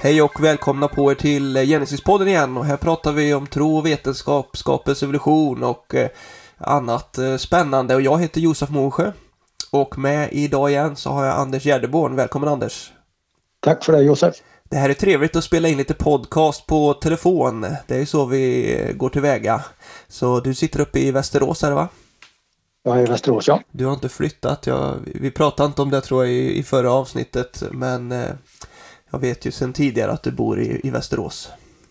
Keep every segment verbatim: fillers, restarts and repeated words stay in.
Hej och välkomna på er till Genesis-podden igen, och här pratar vi om tro och vetenskap, skapets evolution och eh, annat eh, spännande. Och jag heter Josef Morsjö och med idag igen så har jag Anders Gärdeborn. Välkommen Anders. Tack för det Josef. Det här är trevligt att spela in lite podcast på telefon. Det är så vi går tillväga. Så du sitter uppe i Västerås här, va? Jag är i Västerås, ja. Du har inte flyttat. Jag, vi pratade inte om det tror jag i, i förra avsnittet, men eh, jag vet ju sedan tidigare att du bor i, i Västerås.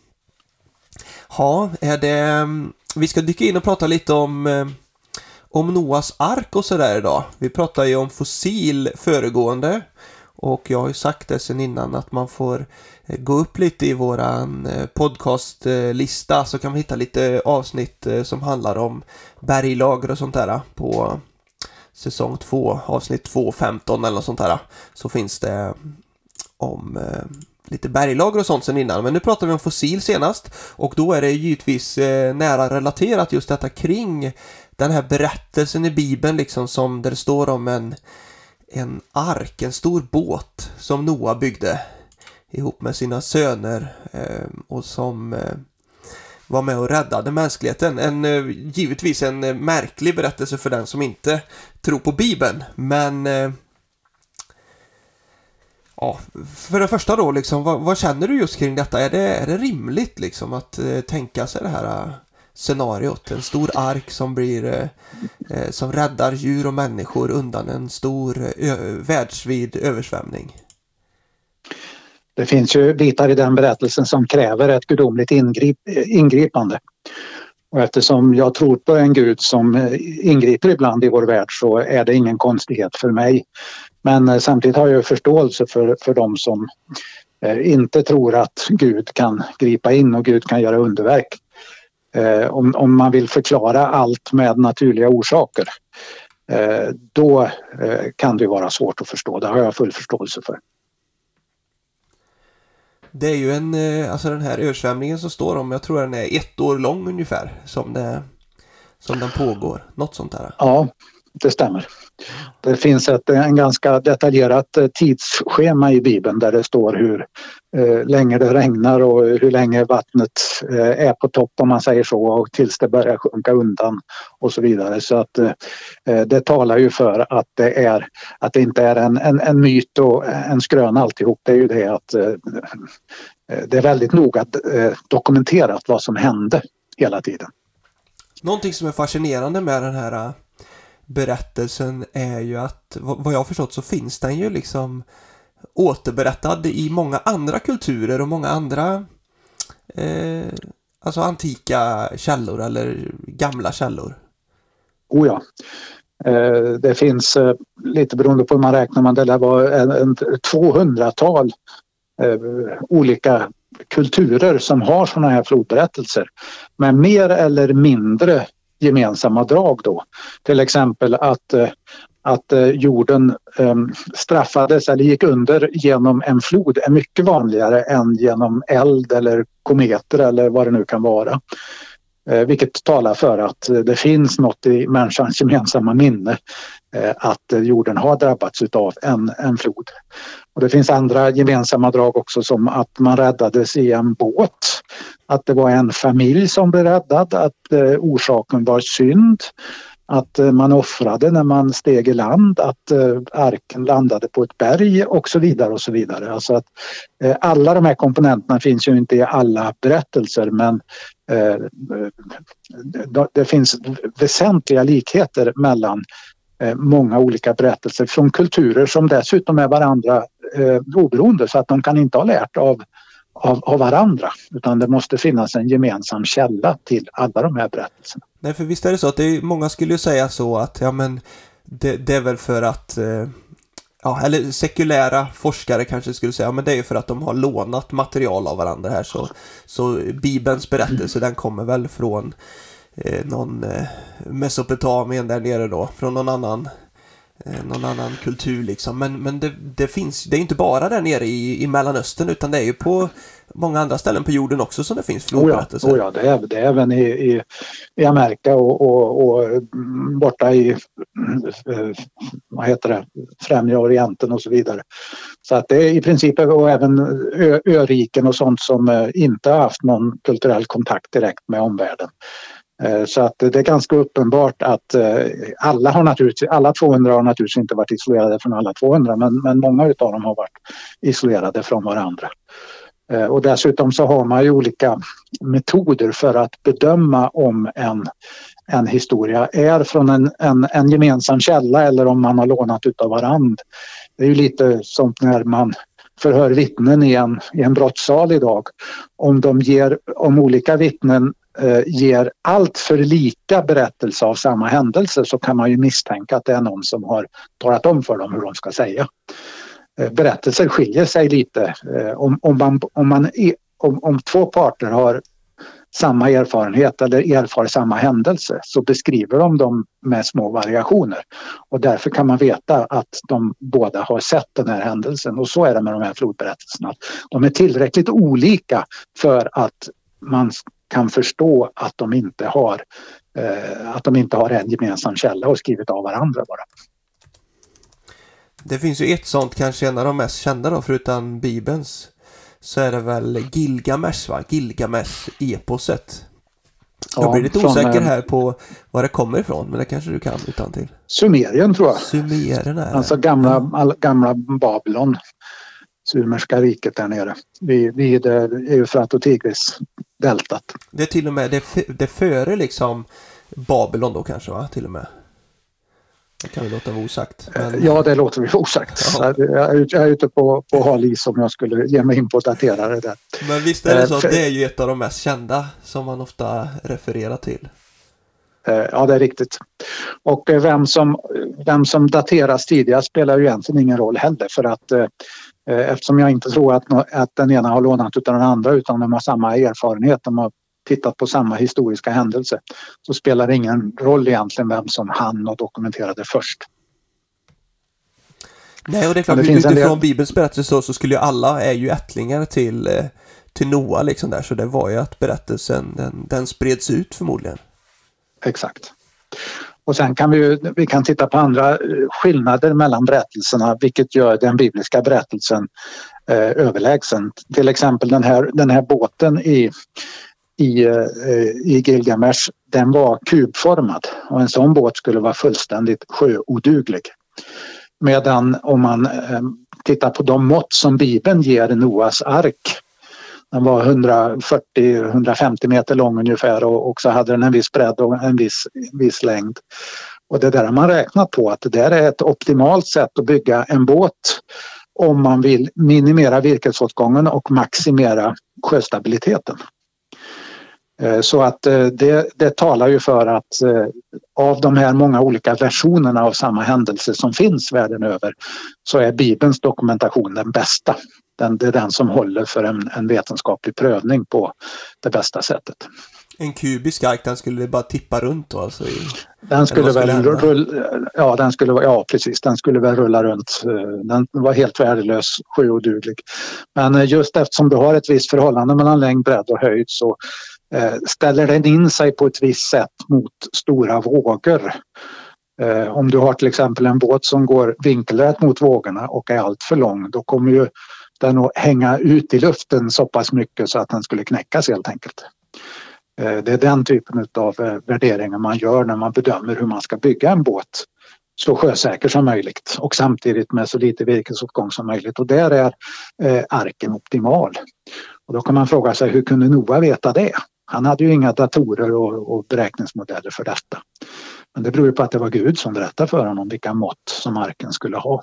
Ja, är det, vi ska dyka in och prata lite om, eh, om Noas ark och sådär idag. Vi pratar ju om fossil föregående. Och jag har ju sagt det sen innan att man får gå upp lite i våran podcastlista, så kan man hitta lite avsnitt som handlar om berglager och sånt där på säsong två, avsnitt två femton eller något sånt där. Så finns det om lite berglager och sånt sen innan. Men nu pratar vi om fossil senast, och då är det givetvis nära relaterat just detta kring den här berättelsen i Bibeln liksom, som där det står om en En ark, en stor båt som Noa byggde ihop med sina söner eh, och som eh, var med och räddade mänskligheten. En, eh, givetvis en eh, märklig berättelse för den som inte tror på Bibeln. Men eh, ja, för det första då, liksom, vad, vad känner du just kring detta? Är det, är det rimligt liksom, att eh, tänka sig det här eh, scenariot? En stor ark som blir eh, eh, som räddar djur och människor undan en stor ö- världsvid översvämning. Det finns ju bitar i den berättelsen som kräver ett gudomligt ingrip, ingripande. Och eftersom jag tror på en Gud som ingriper ibland i vår värld, så är det ingen konstighet för mig. Men samtidigt har jag förståelse för, för de som eh, inte tror att Gud kan gripa in och Gud kan göra underverk. Eh, om, om man vill förklara allt med naturliga orsaker, eh, då eh, kan det vara svårt att förstå. Det har jag full förståelse för. Det är ju en, alltså den här översvämningen som står om, jag tror den är ett år lång ungefär, som, det, som den pågår. Något sånt där. Ja, det stämmer. Det finns ett en ganska detaljerat tidsschema i Bibeln där det står hur eh, länge det regnar och hur länge vattnet eh, är på topp, om man säger så, och tills det börjar sjunka undan och så vidare. Så att eh, det talar ju för att det, är, att det inte är en, en, en myt och en skrön alltihop. Det är ju det att eh, det är väldigt noga eh, dokumenterat vad som hände hela tiden. Någonting som är fascinerande med den här berättelsen är ju att, vad jag har förstått, så finns den ju liksom återberättad i många andra kulturer och många andra eh, alltså antika källor eller gamla källor. Oh ja. Eh, det finns eh, lite beroende på hur man räknar, man det var en, en tvåhundratal eh, olika kulturer som har sådana här flodberättelser med mer eller mindre gemensamma drag då. Till exempel att, att jorden straffades eller gick under genom en flod är mycket vanligare än genom eld eller kometer eller vad det nu kan vara. Vilket talar för att det finns något i människans gemensamma minne att jorden har drabbats av en, en flod. Och det finns andra gemensamma drag också, som att man räddades i en båt. Att det var en familj som blev räddad, att eh, orsaken var synd. Att eh, man offrade när man steg i land, att eh, arken landade på ett berg och så vidare och så vidare. Alltså att eh, alla de här komponenterna finns ju inte i alla berättelser, men eh, det finns väsentliga likheter mellan eh, många olika berättelser från kulturer som dessutom är varandra eh, oberoende, så att de kan inte ha lärt av Av, av varandra, utan det måste finnas en gemensam källa till alla de här berättelserna. Nej, för visst är det så att det är, många skulle ju säga så att ja, men det, det är väl för att eh, ja, eller sekulära forskare kanske skulle säga, ja, men det är ju för att de har lånat material av varandra här, så, så Bibelns berättelse den kommer väl från eh, någon eh, Mesopotamien där nere då, från någon annan någon annan kultur liksom. Men, men det, det finns, det är inte bara där nere i, i Mellanöstern, utan det är ju på många andra ställen på jorden också som det finns flodberättelser. Oh ja, oh ja, det är det är även i, i, i Amerika och, och, och borta i vad heter det, Främre Orienten och så vidare. Så att det är i princip, och även ö, öriken och sånt som inte har haft någon kulturell kontakt direkt med omvärlden. Så att det är ganska uppenbart att alla har naturligtvis, alla tvåhundra har naturligtvis inte varit isolerade från alla tvåhundra, men, men många utav dem har varit isolerade från varandra. Och dessutom så har man ju olika metoder för att bedöma om en, en historia är från en, en, en gemensam källa eller om man har lånat utav varandra. Det är ju lite som när man förhör vittnen i en, i en brottssal idag. Om de ger, om olika vittnen eh, ger allt för lika berättelse av samma händelse, så kan man ju misstänka att det är någon som har talat om för dem hur de ska säga. Berättelser skiljer sig lite. Om, om, man, om, man, om, om två parter har samma erfarenhet eller erfar samma händelse, så beskriver de dem med små variationer. Och därför kan man veta att de båda har sett den här händelsen. Och så är det med de här flodberättelserna. De är tillräckligt olika för att man kan förstå att de inte har, eh, att de inte har en gemensam källa och skrivit av varandra bara. Det finns ju ett sånt, kanske en av de mest kända då, förutom Bibelns, så är det väl Gilgamesh, va? Gilgamesh-eposet. Ja, jag blir lite från, osäker här på var det kommer ifrån, men det kanske du kan utan till. Sumerien tror jag. Sumerierna är det. Alltså gamla, all, gamla Babylon. Sumerska riket där nere. Vid, vid Eufrat och Tigris-deltat. Det är till och med, det, det före liksom Babylon då kanske, va? Till och med. Det kan vi låta vara osagt. Men... Ja, det låter vi osagt. Ja. Jag är ute på, på halis om jag skulle ge mig in på daterare där. Men visst är det så att det är ju ett av de mest kända som man ofta refererar till. Ja, det är riktigt. Och vem som, vem som dateras tidigast spelar ju egentligen ingen roll heller, för att eftersom jag inte tror att, att den ena har lånat utan den andra, utan de har samma erfarenhet, de har tittat på samma historiska händelse, så spelar det ingen roll egentligen vem som hann och dokumenterade först. Nej, och det är klart, det utifrån del... Bibelns berättelse så, så skulle ju alla är ju ättlingar till, till Noa liksom där, så det var ju att berättelsen den, den spreds ut förmodligen. Exakt. Och sen kan vi ju, vi kan titta på andra skillnader mellan berättelserna, vilket gör den bibliska berättelsen eh, överlägsen. Till exempel den här, den här båten i I, i Gilgamesh, den var kubformad, och en sån båt skulle vara fullständigt sjöoduglig. Medan om man eh, tittar på de mått som Bibeln ger Noas ark, den var hundrafyrtio till hundrafemtio meter lång ungefär, och också hade den en viss bredd och en viss, viss längd. Och det där har man räknat på att det där är ett optimalt sätt att bygga en båt om man vill minimera virkesåtgången och maximera sjöstabiliteten. Så att det, det talar ju för att av de här många olika versionerna av samma händelse som finns världen över, så är Bibelns dokumentation den bästa. Den, det är den som håller för en, en vetenskaplig prövning på det bästa sättet. En kubisk ark, den skulle bara tippa runt då, alltså i, den skulle väl rulla, ja, den skulle, ja precis, den skulle väl rulla runt. Den var helt värdelös, sjöoduglig. Men just eftersom du har ett visst förhållande mellan längd, bredd och höjd, så eh, ställer den in sig på ett visst sätt mot stora vågor. Eh, om du har till exempel en båt som går vinkelrätt mot vågorna och är allt för lång, då kommer ju den att hänga ut i luften så pass mycket så att den skulle knäckas helt enkelt. Det är den typen av värderingar man gör när man bedömer hur man ska bygga en båt så sjösäker som möjligt och samtidigt med så lite virkesåtgång som möjligt. Och där är eh, arken optimal. Och då kan man fråga sig, hur kunde Noa veta det? Han hade ju inga datorer och, och beräkningsmodeller för detta. Men det beror ju på att det var Gud som berättade för honom vilka mått som arken skulle ha.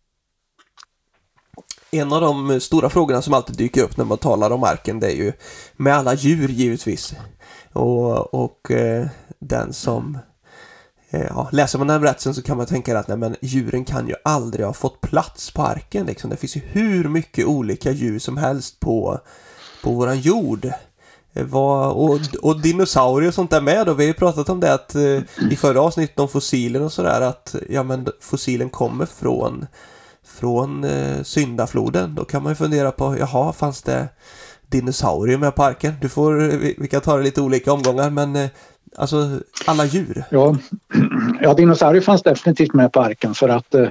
En av de stora frågorna som alltid dyker upp när man talar om arken, det är ju med alla djur givetvis. Och, och eh, den som eh, ja, läser man den här berättelsen så kan man tänka att nej, men djuren kan ju aldrig ha fått plats på arken liksom. Det finns ju hur mycket olika djur som helst på, på våran jord. Vad, och, och dinosaurier och sånt där med då. Vi har ju pratat om det att eh, i förra avsnittet om fossilen och sådär att ja men fossilen kommer från från eh, syndafloden. Då kan man ju fundera på, jaha, fanns det dinosaurier med parken? Du får, vi, vi kan ta det lite olika omgångar men eh, alltså alla djur. Ja, ja, dinosaurier fanns definitivt med på arken för att eh,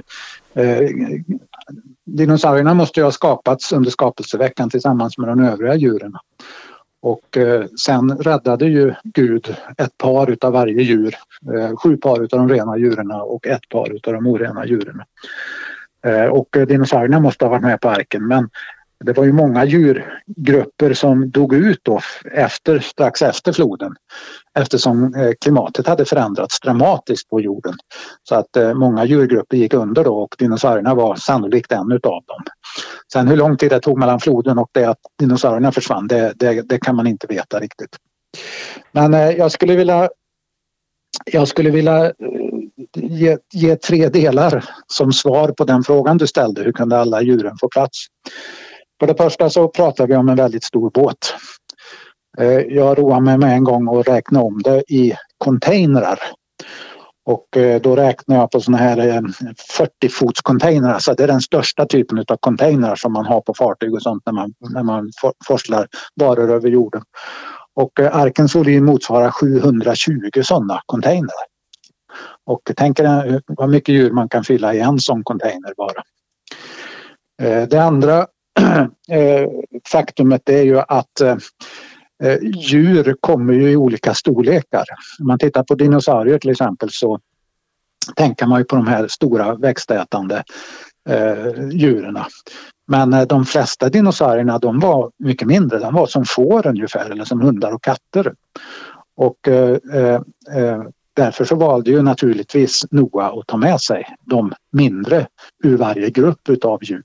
dinosaurierna måste ju ha skapats under skapelseveckan tillsammans med de övriga djuren. Och eh, sen räddade ju Gud ett par utav varje djur, eh, sju par utav de rena djuren och ett par utav de orena djuren. Eh, och eh, dinosaurierna måste ha varit med på arken, men det var ju många djurgrupper som dog ut då efter, strax efter floden eftersom eh, klimatet hade förändrats dramatiskt på jorden. Så att eh, många djurgrupper gick under då och dinosaurierna var sannolikt en utav dem. Sen hur lång tid det tog mellan floden och det att dinosaurierna försvann, det, det, det kan man inte veta riktigt. Men eh, jag skulle vilja, jag skulle vilja eh, ge, ge tre delar som svar på den frågan du ställde. Hur kunde alla djuren få plats? För det första så pratar vi om en väldigt stor båt. Jag roade mig med en gång och räkna om det i containrar. Och då räknar jag på såna här fyrtio fots containrar. Så det är den största typen av containrar som man har på fartyg och sånt när man, när man forslar varor över jorden. Och arkens volym motsvarar sjuhundratjugo sådana containrar. Och tänk er vad mycket djur man kan fylla i en sån container bara. Det andra faktumet är ju att eh, djur kommer ju i olika storlekar. Om man tittar på dinosaurier till exempel så tänker man ju på de här stora växtätande eh, djuren. Men eh, de flesta dinosaurierna de var mycket mindre. De var som får ungefär eller som hundar och katter. Och eh, eh, därför så valde ju naturligtvis Noa att ta med sig de mindre ur varje grupp utav djur.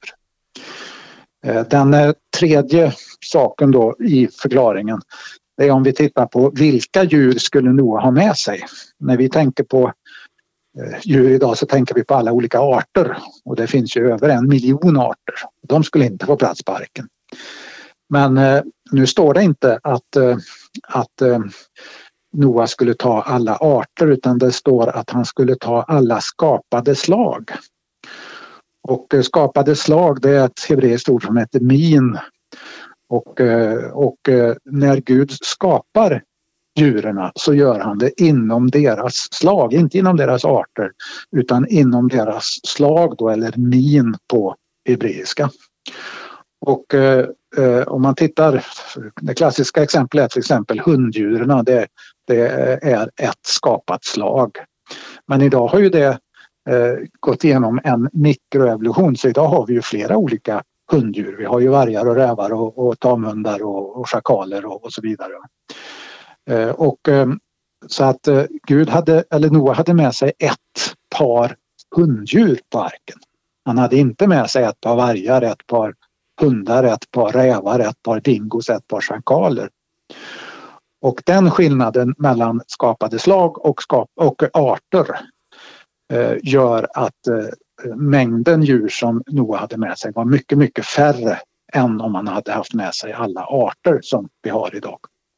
Den tredje saken då i förklaringen är om vi tittar på vilka djur skulle Noa ha med sig. När vi tänker på djur idag så tänker vi på alla olika arter och det finns ju över en miljon arter. De skulle inte få plats på arken. Men nu står det inte att, att Noa skulle ta alla arter utan det står att han skulle ta alla skapade slag. Och skapade slag det är ett hebreiskt ord som heter min. Och, och när Gud skapar djuren så gör han det inom deras slag, inte inom deras arter utan inom deras slag då, eller min på hebreiska. Och eh, om man tittar, det klassiska exemplet är till exempel hunddjuren, det, det är ett skapat slag. Men idag har ju det eh, gått igenom en mikroevolution så idag har vi ju flera olika hunddjur. Vi har ju vargar och rävar och, och tamhundar och, och schakaler och, och så vidare. Eh, och eh, så att eh, Gud hade, eller Noa hade med sig ett par hunddjur på arken. Han hade inte med sig ett par vargar, ett par hundar, ett par rävar, ett par dingos, ett par schakaler. Och den skillnaden mellan skapade slag och, skap- och arter eh, gör att eh, mängden djur som Noa hade med sig var mycket, mycket färre än om man hade haft med sig alla arter som vi har idag.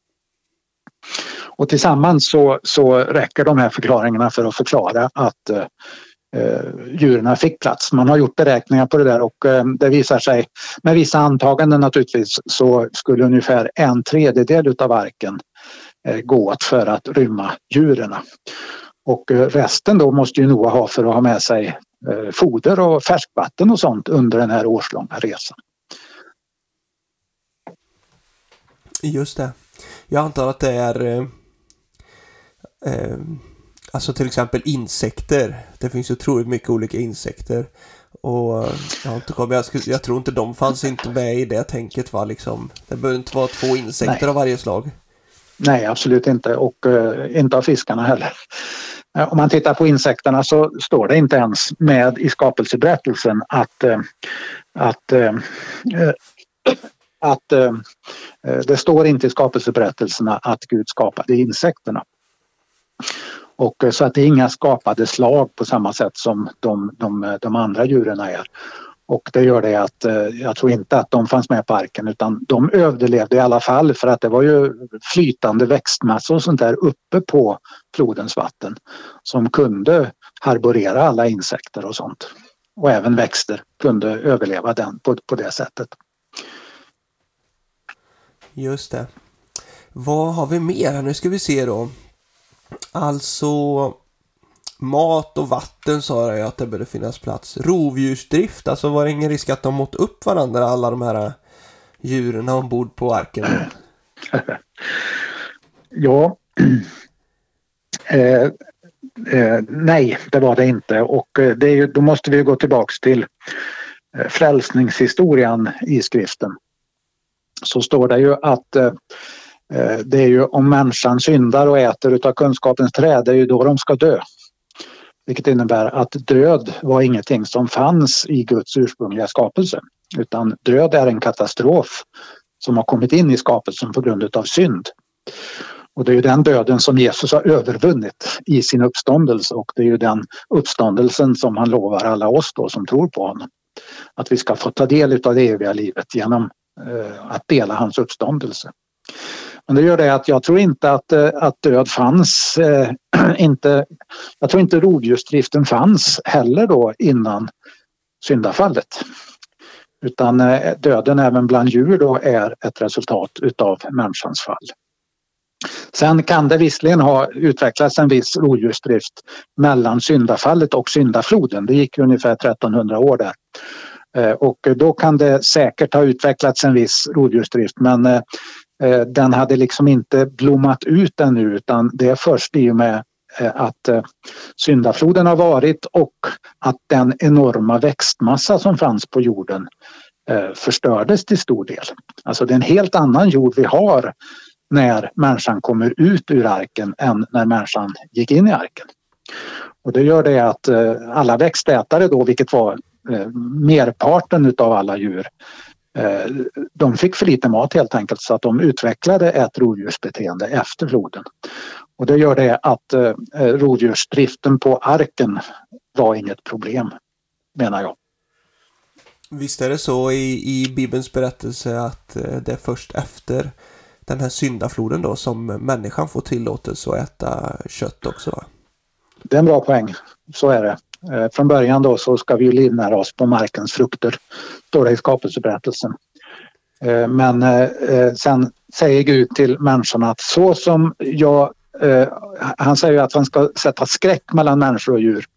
Och tillsammans så, så räcker de här förklaringarna för att förklara att eh, djuren fick plats. Man har gjort beräkningar på det där och eh, det visar sig med vissa antaganden naturligtvis så skulle ungefär en tredjedel utav arken eh, gå åt för att rymma djuren. Och eh, resten då måste ju Noa ha för att ha med sig eh, foder och färskvatten och sånt under den här årslånga resan. Just det. Jag antar att det är eh, eh, alltså till exempel insekter. Det finns ju otroligt mycket olika insekter. Och jag, har inte kommit, jag, skulle, jag tror inte de fanns inte med i det tänket va? Liksom, det behöver inte vara två insekter Nej. Av varje slag. Nej, absolut inte. Och uh, inte av fiskarna heller. Uh, om man tittar på insekterna så står det inte ens med i skapelseberättelsen att, uh, att uh, uh, att eh, det står inte i skapelseberättelserna att Gud skapade insekterna. Och så att det är inga skapade slag på samma sätt som de, de, de andra djuren är. Och det gör det att jag tror inte att de fanns med på arken, utan de överlevde i alla fall, för att det var ju flytande växtmassor och sånt där uppe på flodens vatten som kunde harborera alla insekter och sånt. Och även växter kunde överleva den på, på det sättet. Just det. Vad har vi mer? Nu ska vi se då. Alltså mat och vatten sa jag att det borde finnas plats. Rovdjursdrift, alltså var det ingen risk att de mått upp varandra, alla de här djuren ombord på arken? Ja, eh, eh, nej det var det inte, och det är ju, då måste vi gå tillbaks till eh, frälsningshistorien i skriften. Så står det ju att eh, det är ju om människan syndar och äter utav kunskapens träd, det är ju då de ska dö. Vilket innebär att död var ingenting som fanns i Guds ursprungliga skapelse. Utan död är en katastrof som har kommit in i skapelsen på grund av synd. Och det är ju den döden som Jesus har övervunnit i sin uppståndelse, och det är ju den uppståndelsen som han lovar alla oss då som tror på honom. Att vi ska få ta del av det eviga livet genom eh, att dela hans uppståndelse. Men det gör det att jag tror inte att, att död fanns, eh, inte, jag tror inte rovdjursdriften fanns heller då innan syndafallet. Utan eh, döden även bland djur då är ett resultat utav människans fall. Sen kan det visserligen ha utvecklats en viss rovdjursdrift mellan syndafallet och syndafloden. Det gick ungefär trettonhundra år där. Eh, och då kan det säkert ha utvecklats en viss rovdjursdrift, men eh, den hade liksom inte blommat ut ännu, utan det är först i och med att syndafloden har varit och att den enorma växtmassa som fanns på jorden förstördes till stor del. Alltså det är en helt annan jord vi har när människan kommer ut ur arken än när människan gick in i arken. Och det gör det att alla växtätare då, vilket var merparten utav alla djur, de fick för lite mat helt enkelt, så att de utvecklade ett rovdjursbeteende efter floden. Och det gör det att eh, rovdjursdriften på arken var inget problem, menar jag. Visst är det så i, i Bibelns berättelse att eh, det är först efter den här syndafloden då som människan får tillåtelse att äta kött också, va? Det är en bra poäng, så är det. Eh, från början då så ska vi ju livnära oss på markens frukter, står det i skapelseberättelsen. Eh, men eh, sen säger Gud till människorna att så som jag, eh, han säger att han ska sätta skräck mellan människor och djur.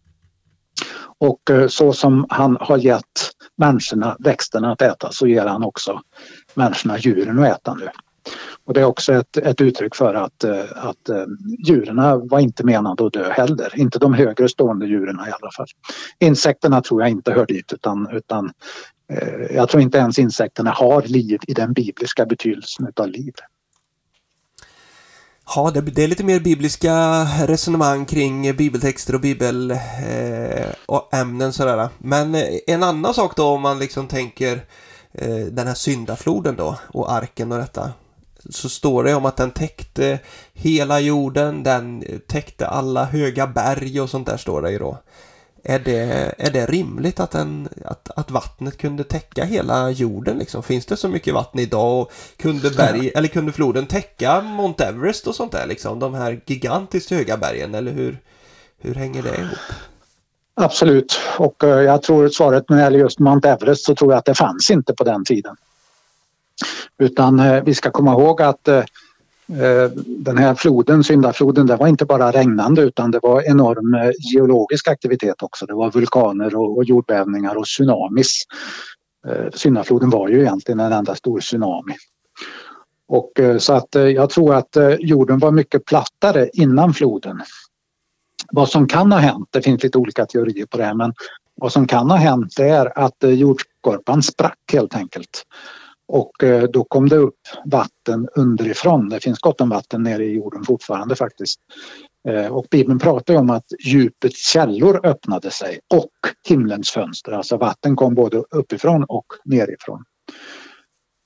Och eh, så som han har gett människorna växterna att äta, så ger han också människorna djuren att äta nu. Och det är också ett, ett uttryck för att, att djuren var inte menade att dö heller. Inte de högre stående djuren i alla fall. Insekterna tror jag inte hör dit, utan, utan eh, jag tror inte ens insekterna har liv i den bibliska betydelsen av liv. Ja, det, det är lite mer bibliska resonemang kring bibeltexter och bibel eh, och ämnen sådär. Men en annan sak då, om man liksom tänker eh, den här syndafloden då och arken och detta, så står det om att den täckte hela jorden, den täckte alla höga berg och sånt där, står det ju då. Är det, är det rimligt att, den, att, att vattnet kunde täcka hela jorden liksom? Finns det så mycket vatten idag, och kunde, berg, eller kunde floden täcka Mount Everest och sånt där liksom? De här gigantiskt höga bergen, eller hur, hur hänger det ihop? Absolut, och jag tror svaret när det gäller just Mount Everest, så tror jag att det fanns inte på den tiden. Utan eh, vi ska komma ihåg att eh, den här floden, syndafloden, det var inte bara regnande, utan det var enorm eh, geologisk aktivitet också. Det var vulkaner och, och jordbävningar och tsunamis. Eh, syndafloden var ju egentligen en enda stor tsunami. Och eh, så att eh, jag tror att eh, jorden var mycket plattare innan floden. Vad som kan ha hänt, det finns lite olika teorier på det här, men vad som kan ha hänt är att eh, jordskorpan sprack helt enkelt. Och då kom det upp vatten underifrån. Det finns gott om vatten nere i jorden fortfarande faktiskt. Och Bibeln pratar om att djupets källor öppnade sig och himlens fönster. Alltså vatten kom både uppifrån och nerifrån.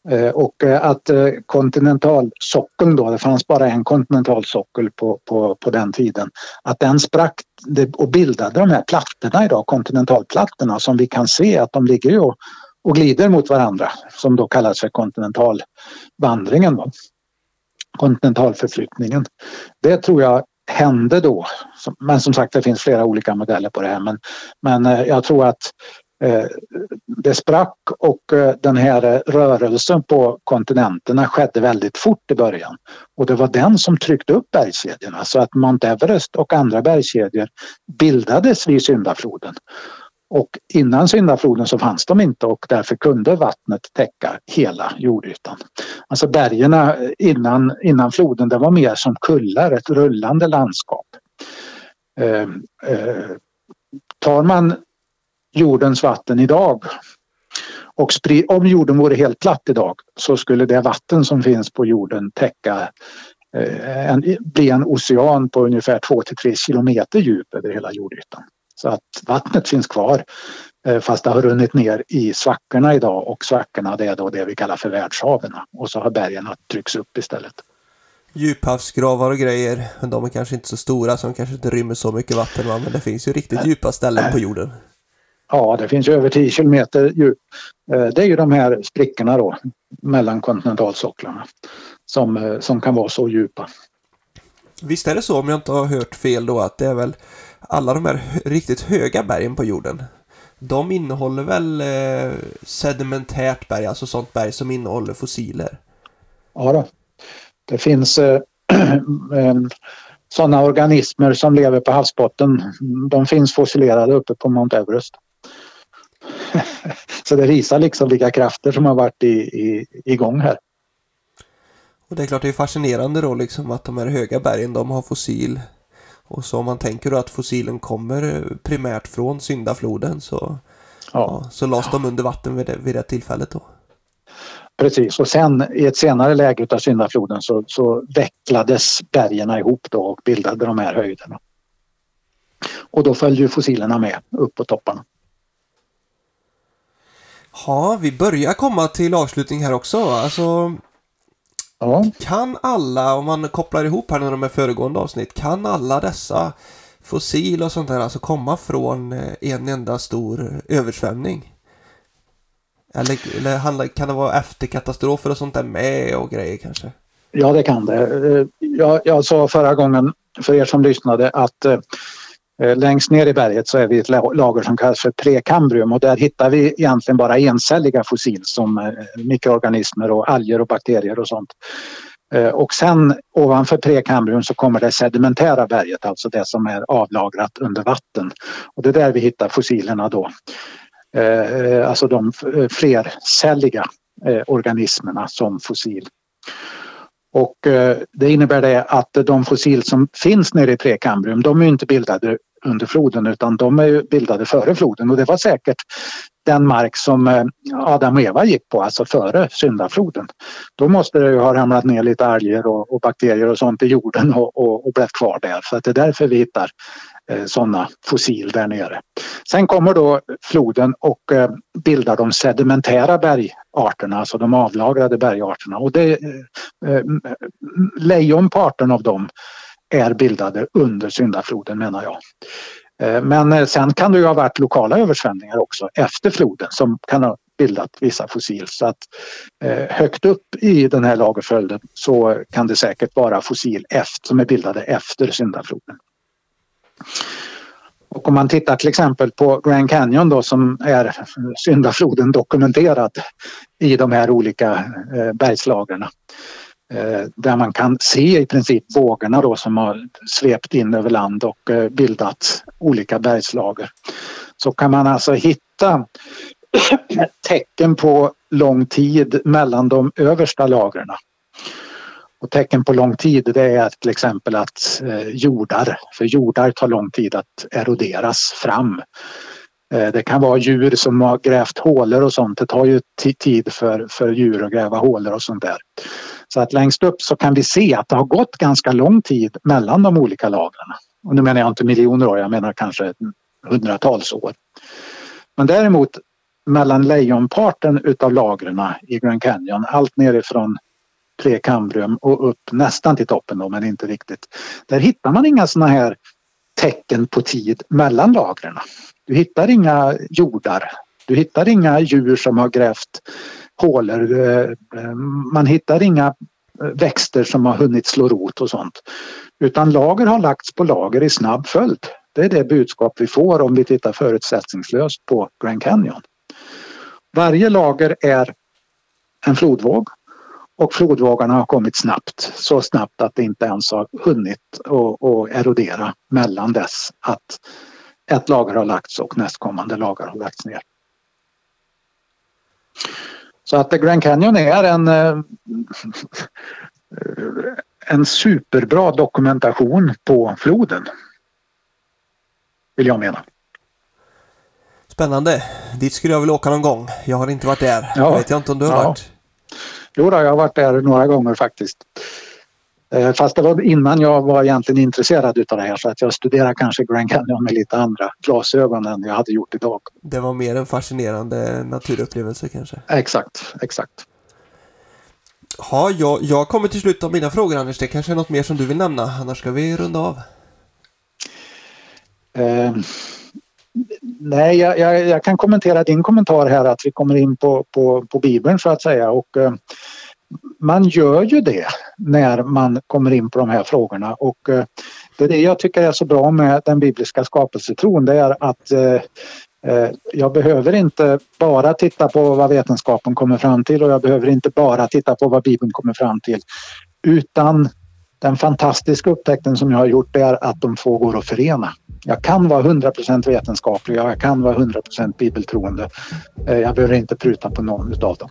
Och att kontinentalsockeln då, det fanns bara en kontinentalsockel på, på, på den tiden, att den sprack och bildade de här plattorna idag, kontinentalplattorna, som vi kan se att de ligger och, och glider mot varandra, som då kallas för kontinentalvandringen då. Kontinentalförflyttningen. Det tror jag hände då, men som sagt det finns flera olika modeller på det här, men, men jag tror att eh, det sprack och eh, den här rörelsen på kontinenterna skedde väldigt fort i början, och det var den som tryckte upp bergskedjorna, så att Mount Everest och andra bergskedjor bildades vid syndafloden. Och innan syndafloden så fanns de inte, och därför kunde vattnet täcka hela jordytan. Alltså bergerna innan, innan floden, det var mer som kullar, ett rullande landskap. Eh, eh, tar man jordens vatten idag och sprid, om jorden vore helt platt idag, så skulle det vatten som finns på jorden täcka eh, en, bli en ocean på ungefär två till tre kilometer djup över hela jordytan. Så att vattnet finns kvar, fast det har runnit ner i svackorna idag, och svackorna det är då det vi kallar för världshaven, och så har bergen trycks upp istället. Djuphavsgravar och grejer, men de är kanske inte så stora, så de kanske inte rymmer så mycket vatten, va? Men det finns ju riktigt djupa ställen på jorden. Ja, det finns ju över tio kilometer djup. Det är ju de här sprickorna då mellan kontinentalsocklarna som, som kan vara så djupa. Visst är det så, om jag inte har hört fel då, att det är väl alla de här riktigt höga bergen på jorden, de innehåller väl eh, sedimentärt berg, alltså sånt berg som innehåller fossiler? Ja då. Det finns eh, sådana organismer som lever på havsbotten. De finns fossilerade uppe på Mount Everest. Så det visar liksom vilka krafter som har varit i, i, igång här. Och det är klart, det är fascinerande då liksom att de här höga bergen, de har fossil. Och så om man tänker då att fossilen kommer primärt från syndafloden, så, ja. Ja, så lades de under vatten vid det, vid det tillfället då. Precis, och sen i ett senare läge av syndafloden så, så vecklades bergerna ihop då och bildade de här höjderna. Och då följde ju fossilerna med upp på topparna. Ja, vi börjar komma till avslutning här också. Alltså, ja. Kan alla, om man kopplar ihop här med föregående avsnitt, kan alla dessa fossil och sånt där alltså komma från en enda stor översvämning? Eller, eller handla, kan det vara efterkatastrofer och sånt där med och grejer kanske? Ja, det kan det. Jag, jag sa förra gången för er som lyssnade att eh, längst ner i berget så är vi ett lager som kallas för prekambrium, och där hittar vi egentligen bara encelliga fossil som eh, mikroorganismer och alger och bakterier och sånt. Eh, och sen ovanför prekambrium så kommer det sedimentära berget, alltså det som är avlagrat under vatten. Och det är där vi hittar fossilerna då. Eh, alltså de flercelliga eh, organismerna som fossil. Och eh, det innebär det att de fossil som finns nere i prekambrium, de är ju inte bildade under floden, utan de är ju bildade före floden, och det var säkert den mark som eh, Adam och Eva gick på, alltså före syndafloden. Då måste det ju ha ramlat ner lite alger och, och bakterier och sånt i jorden och, och, och blivit kvar där, så att det är därför vi hittar eh, sådana fossil där nere. Sen kommer då floden och eh, bildar de sedimentära bergarterna, alltså de avlagrade bergarterna, och det, eh, lejonparten av dem är bildade under syndafloden, menar jag. Eh, men sen kan det ju ha varit lokala översvämningar också efter floden som kan ha bildat vissa fossil, så att eh, högt upp i den här lagerföljden så kan det säkert vara fossil efter, som är bildade efter syndafloden. Och om man tittar till exempel på Grand Canyon då, som är syndafloden dokumenterad i de här olika eh, bergslagerna. Eh, där man kan se i princip vågorna då som har svept in över land och eh, bildat olika bergslager. Så kan man alltså hitta tecken på lång tid mellan de översta lagren. Och tecken på lång tid, det är till exempel att eh, jordar, för jordar tar lång tid att eroderas fram. Eh, det kan vara djur som har grävt hålor och sånt. Det tar ju t- tid för, för djur att gräva hålor och sånt där. Så att längst upp så kan vi se att det har gått ganska lång tid mellan de olika lagren. Och nu menar jag inte miljoner år, jag menar kanske hundratals år. Men däremot mellan lejonparten utav lagren i Grand Canyon, allt nerifrån Prekambrium och upp nästan till toppen då, men inte riktigt. Där hittar man inga såna här tecken på tid mellan lagren. Du hittar inga jordar. Du hittar inga djur som har grävt hålor. Man hittar inga växter som har hunnit slå rot och sånt. Utan lager har lagts på lager i snabb följd. Det är det budskap vi får om vi tittar förutsättningslöst på Grand Canyon. Varje lager är en flodvåg. Och flodvågarna har kommit snabbt. Så snabbt att det inte ens har hunnit att erodera mellan dess att ett lager har lagts och nästkommande lager har lagts ner. Så att Grand Canyon är en, en superbra dokumentation på floden. Vill jag mena. Spännande. Dit skulle jag vilja åka någon gång. Jag har inte varit där. Ja. Jag vet jag inte om du har Ja. varit. Jo då, jag har varit där några gånger faktiskt. Fast det var innan jag var egentligen intresserad utav det här, så att jag studerar kanske Grand Canyon med lite andra glasögon än jag hade gjort idag. Det var mer en fascinerande naturupplevelse kanske. Exakt, exakt. Ja, jag, jag kommer till slut av mina frågor, Anders. Det kanske är något mer som du vill nämna, annars ska vi runda av. Eh, nej, jag, jag, jag kan kommentera din kommentar här att vi kommer in på, på, på Bibeln så att säga. Och eh, man gör ju det när man kommer in på de här frågorna. Och eh, det är det jag tycker är så bra med den bibliska skapelsetron. Det är att eh, eh, jag behöver inte bara titta på vad vetenskapen kommer fram till, och jag behöver inte bara titta på vad Bibeln kommer fram till. Utan den fantastiska upptäckten som jag har gjort är att de två går att förena. Jag kan vara hundra procent vetenskaplig, jag kan vara hundra procent bibeltroende. Jag behöver inte pruta på någon av dem.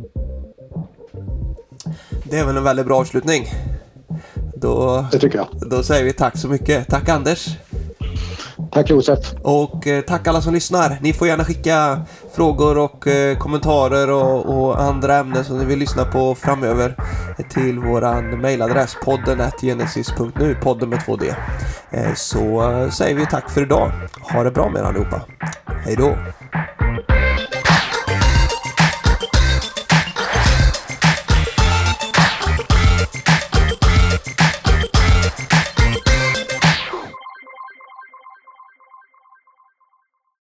Det är väl en väldigt bra avslutning. Då, det tycker jag. Då säger vi tack så mycket. Tack Anders. Tack Josef. Och eh, tack alla som lyssnar. Ni får gärna skicka frågor och eh, kommentarer och, och andra ämnen som ni vill lyssna på framöver till våran mailadress podden at genesis punkt nu, podden med två d. Eh, så eh, säger vi tack för idag. Ha det bra med er allihopa. Hej då.